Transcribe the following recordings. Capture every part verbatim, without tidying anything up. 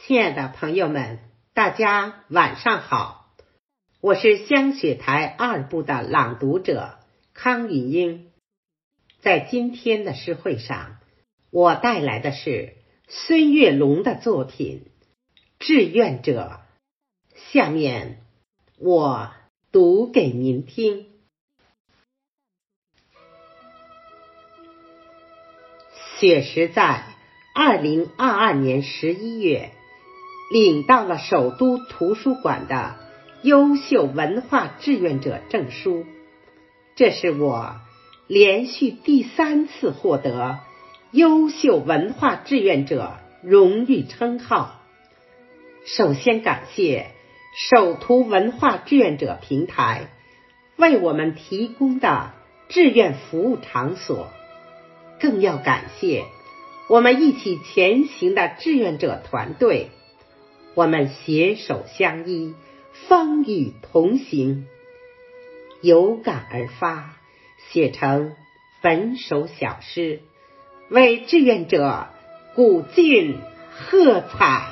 亲爱的朋友们，大家晚上好，我是香雪台二部的朗读者康允英。在今天的诗会上，我带来的是孙月龙的作品《志愿者》，下面我读给您听。雪石在二零二二年十一月领到了首都图书馆的优秀文化志愿者证书，这是我连续第三次获得优秀文化志愿者荣誉称号。首先感谢首图文化志愿者平台为我们提供的志愿服务场所，更要感谢我们一起前行的志愿者团队，我们携手相依，风雨同行。有感而发，写成本首小诗，为志愿者鼓劲喝彩。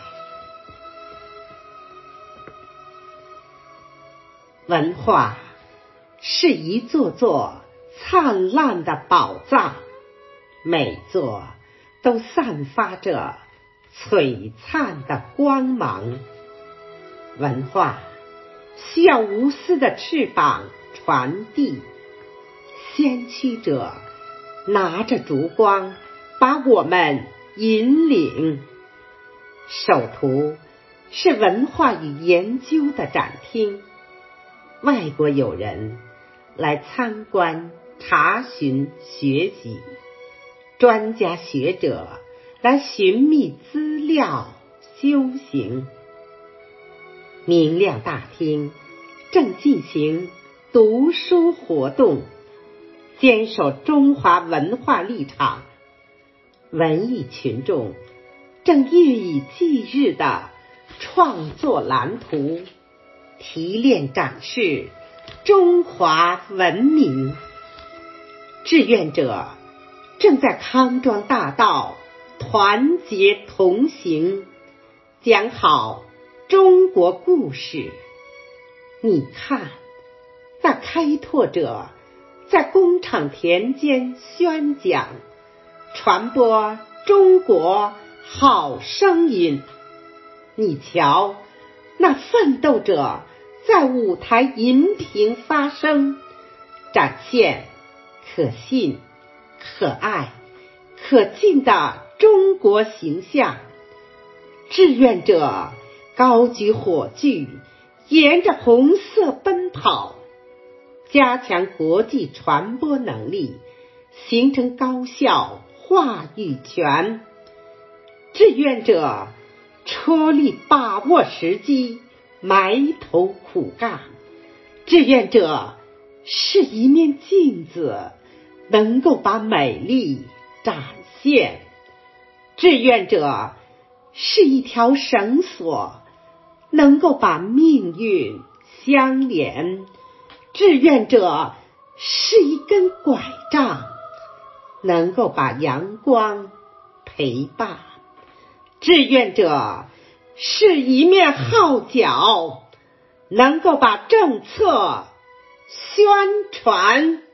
文化是一座座灿烂的宝藏，每座都散发着璀璨的光芒。文化需要无私的翅膀传递，先驱者拿着烛光把我们引领。首图是文化与研究的展厅，外国友人来参观查询学习，专家学者来寻觅资料修行。明亮大厅正进行读书活动，坚守中华文化立场。文艺群众正夜以继日地创作蓝图，提炼展示中华文明。志愿者正在康庄大道团结同行，讲好中国故事。你看，那开拓者在工厂田间宣讲，传播中国好声音。你瞧，那奋斗者在舞台荧屏发声，展现可信、可爱、可敬的中国形象。志愿者高举火炬，沿着红色奔跑，加强国际传播能力，形成高效话语权。志愿者出力把握时机，埋头苦干。志愿者是一面镜子，能够把美丽展现。志愿者是一条绳索，能够把命运相连。志愿者是一根拐杖，能够把阳光陪伴。志愿者是一面号角，能够把政策宣传。